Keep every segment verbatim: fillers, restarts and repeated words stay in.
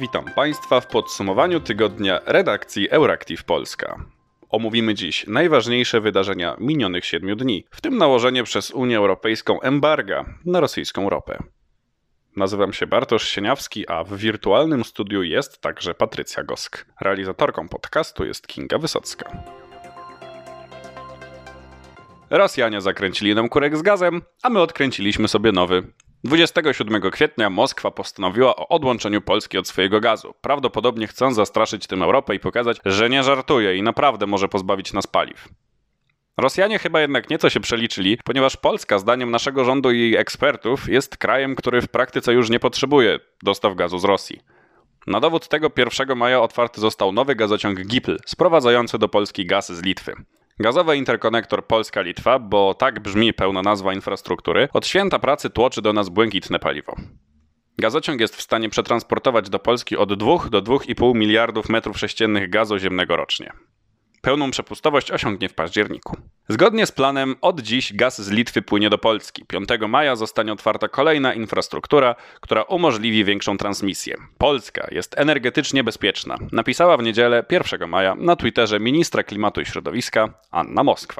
Witam Państwa w podsumowaniu tygodnia redakcji Euractiv Polska. Omówimy dziś najważniejsze wydarzenia minionych siedmiu dni, w tym nałożenie przez Unię Europejską embarga na rosyjską ropę. Nazywam się Bartosz Sieniawski, a w wirtualnym studiu jest także Patrycja Gosk. Realizatorką podcastu jest Kinga Wysocka. Rosjanie zakręcili nam kurek z gazem, a my odkręciliśmy sobie nowy. dwudziestego siódmego kwietnia Moskwa postanowiła o odłączeniu Polski od swojego gazu. Prawdopodobnie chcą zastraszyć tym Europę i pokazać, że nie żartuje i naprawdę może pozbawić nas paliw. Rosjanie chyba jednak nieco się przeliczyli, ponieważ Polska, zdaniem naszego rządu i ekspertów, jest krajem, który w praktyce już nie potrzebuje dostaw gazu z Rosji. Na dowód tego pierwszego maja otwarty został nowy gazociąg Gipl, sprowadzający do Polski gaz z Litwy. Gazowy interkonektor Polska-Litwa, bo tak brzmi pełna nazwa infrastruktury, od święta pracy tłoczy do nas błękitne paliwo. Gazociąg jest w stanie przetransportować do Polski od dwóch do dwóch i pół miliardów metrów sześciennych gazu ziemnego rocznie. Pełną przepustowość osiągnie w październiku. Zgodnie z planem od dziś gaz z Litwy płynie do Polski. piątego maja zostanie otwarta kolejna infrastruktura, która umożliwi większą transmisję. Polska jest energetycznie bezpieczna, napisała w niedzielę pierwszego maja na Twitterze ministra klimatu i środowiska Anna Moskwa.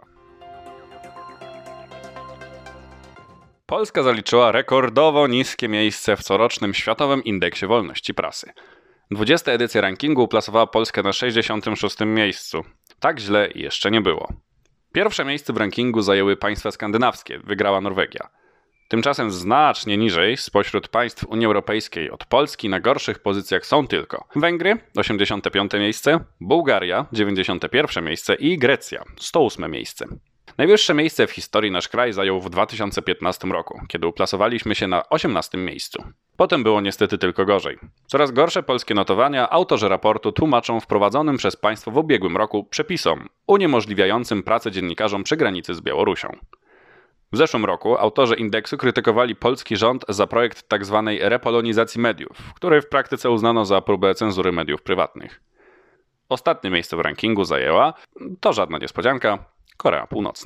Polska zaliczyła rekordowo niskie miejsce w corocznym Światowym Indeksie Wolności Prasy. dwudziesta edycja rankingu uplasowała Polskę na sześćdziesiątym szóstym miejscu. Tak źle jeszcze nie było. Pierwsze miejsce w rankingu zajęły państwa skandynawskie, wygrała Norwegia. Tymczasem znacznie niżej spośród państw Unii Europejskiej od Polski na gorszych pozycjach są tylko Węgry, osiemdziesiąte piąte miejsce, Bułgaria, dziewięćdziesiąte pierwsze miejsce i Grecja, sto ósme miejsce. Najwyższe miejsce w historii nasz kraj zajął w dwa tysiące piętnastym roku, kiedy uplasowaliśmy się na osiemnastym miejscu. Potem było niestety tylko gorzej. Coraz gorsze polskie notowania autorzy raportu tłumaczą wprowadzonym przez państwo w ubiegłym roku przepisom uniemożliwiającym pracę dziennikarzom przy granicy z Białorusią. W zeszłym roku autorzy indeksu krytykowali polski rząd za projekt tzw. repolonizacji mediów, który w praktyce uznano za próbę cenzury mediów prywatnych. Ostatnie miejsce w rankingu zajęła, to żadna niespodzianka, Korea Północna.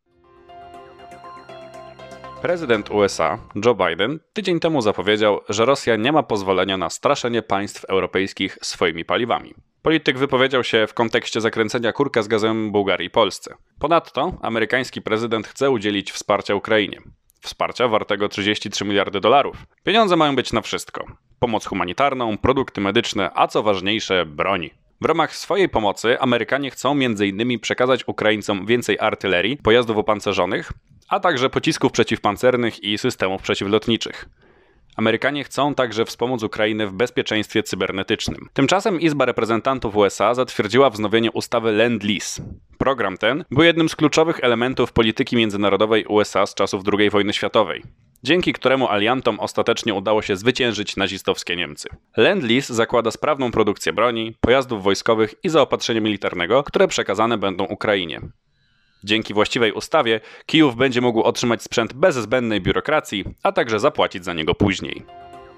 Prezydent U S A Joe Biden tydzień temu zapowiedział, że Rosja nie ma pozwolenia na straszenie państw europejskich swoimi paliwami. Polityk wypowiedział się w kontekście zakręcenia kurka z gazem Bułgarii i Polsce. Ponadto amerykański prezydent chce udzielić wsparcia Ukrainie. Wsparcia wartego trzydzieści trzy miliardy dolarów. Pieniądze mają być na wszystko. Pomoc humanitarną, produkty medyczne, a co ważniejsze, broni. W ramach swojej pomocy Amerykanie chcą między innymi przekazać Ukraińcom więcej artylerii, pojazdów opancerzonych, a także pocisków przeciwpancernych i systemów przeciwlotniczych. Amerykanie chcą także wspomóc Ukrainę w bezpieczeństwie cybernetycznym. Tymczasem Izba Reprezentantów U S A zatwierdziła wznowienie ustawy Lend-Lease. Program ten był jednym z kluczowych elementów polityki międzynarodowej U S A z czasów drugiej wojny światowej, dzięki któremu aliantom ostatecznie udało się zwyciężyć nazistowskie Niemcy. Lend-Lease zakłada sprawną produkcję broni, pojazdów wojskowych i zaopatrzenia militarnego, które przekazane będą Ukrainie. Dzięki właściwej ustawie Kijów będzie mógł otrzymać sprzęt bez zbędnej biurokracji, a także zapłacić za niego później.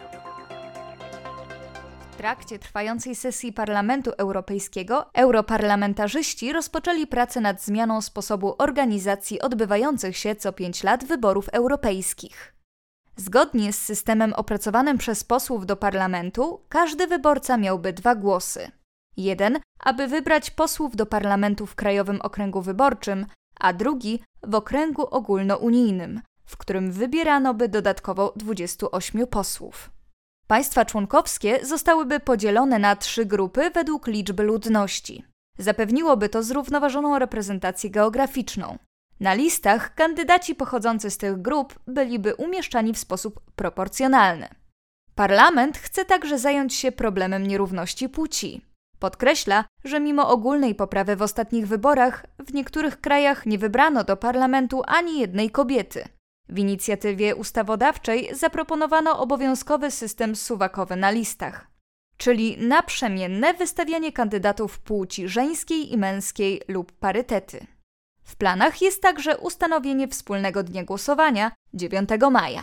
W trakcie trwającej sesji Parlamentu Europejskiego europarlamentarzyści rozpoczęli pracę nad zmianą sposobu organizacji odbywających się co pięć lat wyborów europejskich. Zgodnie z systemem opracowanym przez posłów do parlamentu, każdy wyborca miałby dwa głosy. Jeden, aby wybrać posłów do parlamentu w Krajowym Okręgu Wyborczym, a drugi w Okręgu Ogólnounijnym, w którym wybierano by dodatkowo dwudziestu ośmiu posłów. Państwa członkowskie zostałyby podzielone na trzy grupy według liczby ludności. Zapewniłoby to zrównoważoną reprezentację geograficzną. Na listach kandydaci pochodzący z tych grup byliby umieszczani w sposób proporcjonalny. Parlament chce także zająć się problemem nierówności płci. Podkreśla, że mimo ogólnej poprawy w ostatnich wyborach, w niektórych krajach nie wybrano do parlamentu ani jednej kobiety. W inicjatywie ustawodawczej zaproponowano obowiązkowy system suwakowy na listach, czyli naprzemienne wystawianie kandydatów płci żeńskiej i męskiej lub parytety. W planach jest także ustanowienie wspólnego dnia głosowania dziewiątego maja.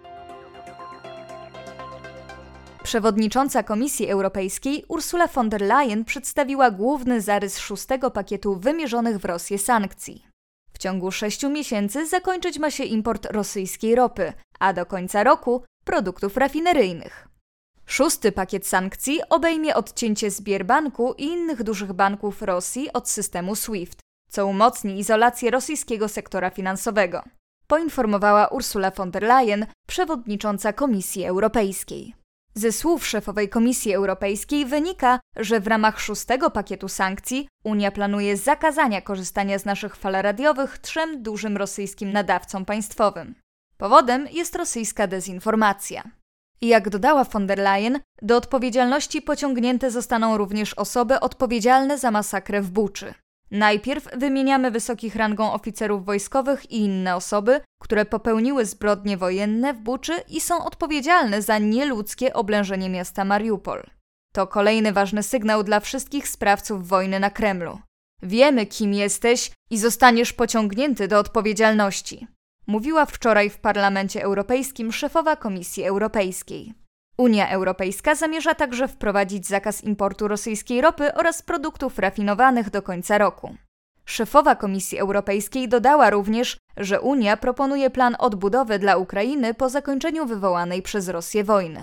Przewodnicząca Komisji Europejskiej Ursula von der Leyen przedstawiła główny zarys szóstego pakietu wymierzonych w Rosję sankcji. W ciągu sześciu miesięcy zakończyć ma się import rosyjskiej ropy, a do końca roku produktów rafineryjnych. Szósty pakiet sankcji obejmie odcięcie Sberbanku i innych dużych banków Rosji od systemu SWIFT, co umocni izolację rosyjskiego sektora finansowego, poinformowała Ursula von der Leyen, przewodnicząca Komisji Europejskiej. Ze słów szefowej Komisji Europejskiej wynika, że w ramach szóstego pakietu sankcji Unia planuje zakazania korzystania z naszych fal radiowych trzem dużym rosyjskim nadawcom państwowym. Powodem jest rosyjska dezinformacja. Jak dodała von der Leyen, do odpowiedzialności pociągnięte zostaną również osoby odpowiedzialne za masakrę w Buczy. Najpierw wymieniamy wysokich rangą oficerów wojskowych i inne osoby, które popełniły zbrodnie wojenne w Buczy i są odpowiedzialne za nieludzkie oblężenie miasta Mariupol. To kolejny ważny sygnał dla wszystkich sprawców wojny na Kremlu. Wiemy, kim jesteś i zostaniesz pociągnięty do odpowiedzialności, mówiła wczoraj w Parlamencie Europejskim szefowa Komisji Europejskiej. Unia Europejska zamierza także wprowadzić zakaz importu rosyjskiej ropy oraz produktów rafinowanych do końca roku. Szefowa Komisji Europejskiej dodała również, że Unia proponuje plan odbudowy dla Ukrainy po zakończeniu wywołanej przez Rosję wojny.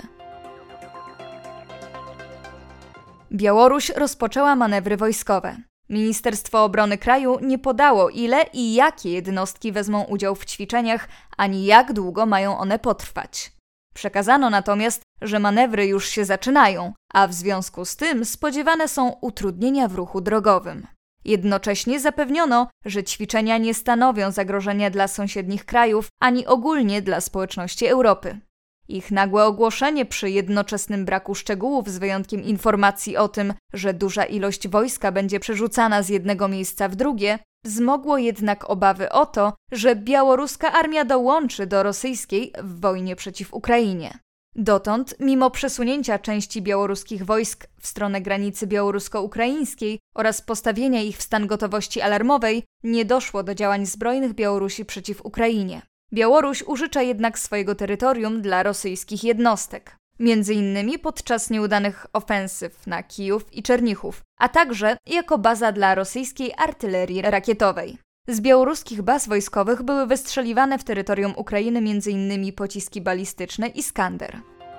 Białoruś rozpoczęła manewry wojskowe. Ministerstwo Obrony kraju nie podało, ile i jakie jednostki wezmą udział w ćwiczeniach, ani jak długo mają one potrwać. Przekazano natomiast, że manewry już się zaczynają, a w związku z tym spodziewane są utrudnienia w ruchu drogowym. Jednocześnie zapewniono, że ćwiczenia nie stanowią zagrożenia dla sąsiednich krajów ani ogólnie dla społeczności Europy. Ich nagłe ogłoszenie przy jednoczesnym braku szczegółów z wyjątkiem informacji o tym, że duża ilość wojska będzie przerzucana z jednego miejsca w drugie, wzmogło jednak obawy o to, że białoruska armia dołączy do rosyjskiej w wojnie przeciw Ukrainie. Dotąd, mimo przesunięcia części białoruskich wojsk w stronę granicy białorusko-ukraińskiej oraz postawienia ich w stan gotowości alarmowej, nie doszło do działań zbrojnych Białorusi przeciw Ukrainie. Białoruś użycza jednak swojego terytorium dla rosyjskich jednostek, między innymi podczas nieudanych ofensyw na Kijów i Czernichów, a także jako baza dla rosyjskiej artylerii rakietowej. Z białoruskich baz wojskowych były wystrzeliwane w terytorium Ukrainy między innymi pociski balistyczne Iskander.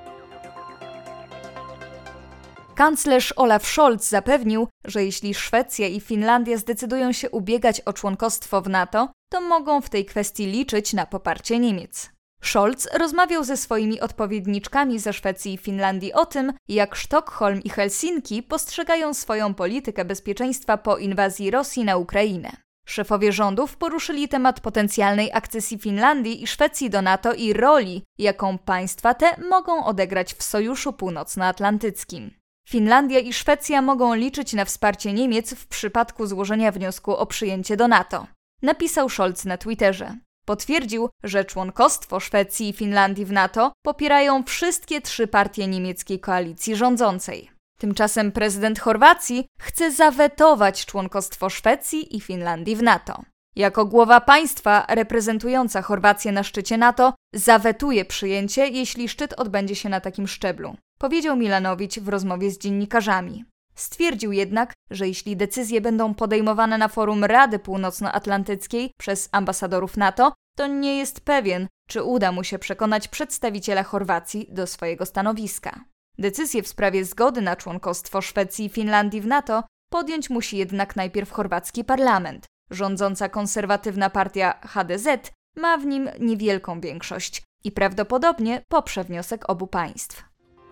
Kanclerz Olaf Scholz zapewnił, że jeśli Szwecja i Finlandia zdecydują się ubiegać o członkostwo w NATO, to mogą w tej kwestii liczyć na poparcie Niemiec. Scholz rozmawiał ze swoimi odpowiedniczkami ze Szwecji i Finlandii o tym, jak Sztokholm i Helsinki postrzegają swoją politykę bezpieczeństwa po inwazji Rosji na Ukrainę. Szefowie rządów poruszyli temat potencjalnej akcesji Finlandii i Szwecji do NATO i roli, jaką państwa te mogą odegrać w Sojuszu Północnoatlantyckim. Finlandia i Szwecja mogą liczyć na wsparcie Niemiec w przypadku złożenia wniosku o przyjęcie do NATO, napisał Scholz na Twitterze. Potwierdził, że członkostwo Szwecji i Finlandii w NATO popierają wszystkie trzy partie niemieckiej koalicji rządzącej. Tymczasem prezydent Chorwacji chce zawetować członkostwo Szwecji i Finlandii w NATO. Jako głowa państwa reprezentująca Chorwację na szczycie NATO zawetuje przyjęcie, jeśli szczyt odbędzie się na takim szczeblu, powiedział Milanowicz w rozmowie z dziennikarzami. Stwierdził jednak, że jeśli decyzje będą podejmowane na forum Rady Północnoatlantyckiej przez ambasadorów NATO, to nie jest pewien, czy uda mu się przekonać przedstawiciela Chorwacji do swojego stanowiska. Decyzję w sprawie zgody na członkostwo Szwecji i Finlandii w NATO podjąć musi jednak najpierw chorwacki parlament. Rządząca konserwatywna partia H D Z ma w nim niewielką większość i prawdopodobnie poprze wniosek obu państw.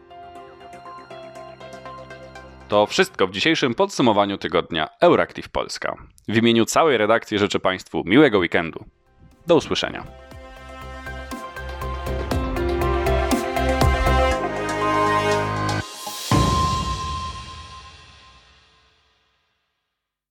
To wszystko w dzisiejszym podsumowaniu tygodnia Euractiv Polska. W imieniu całej redakcji życzę Państwu miłego weekendu. Do usłyszenia.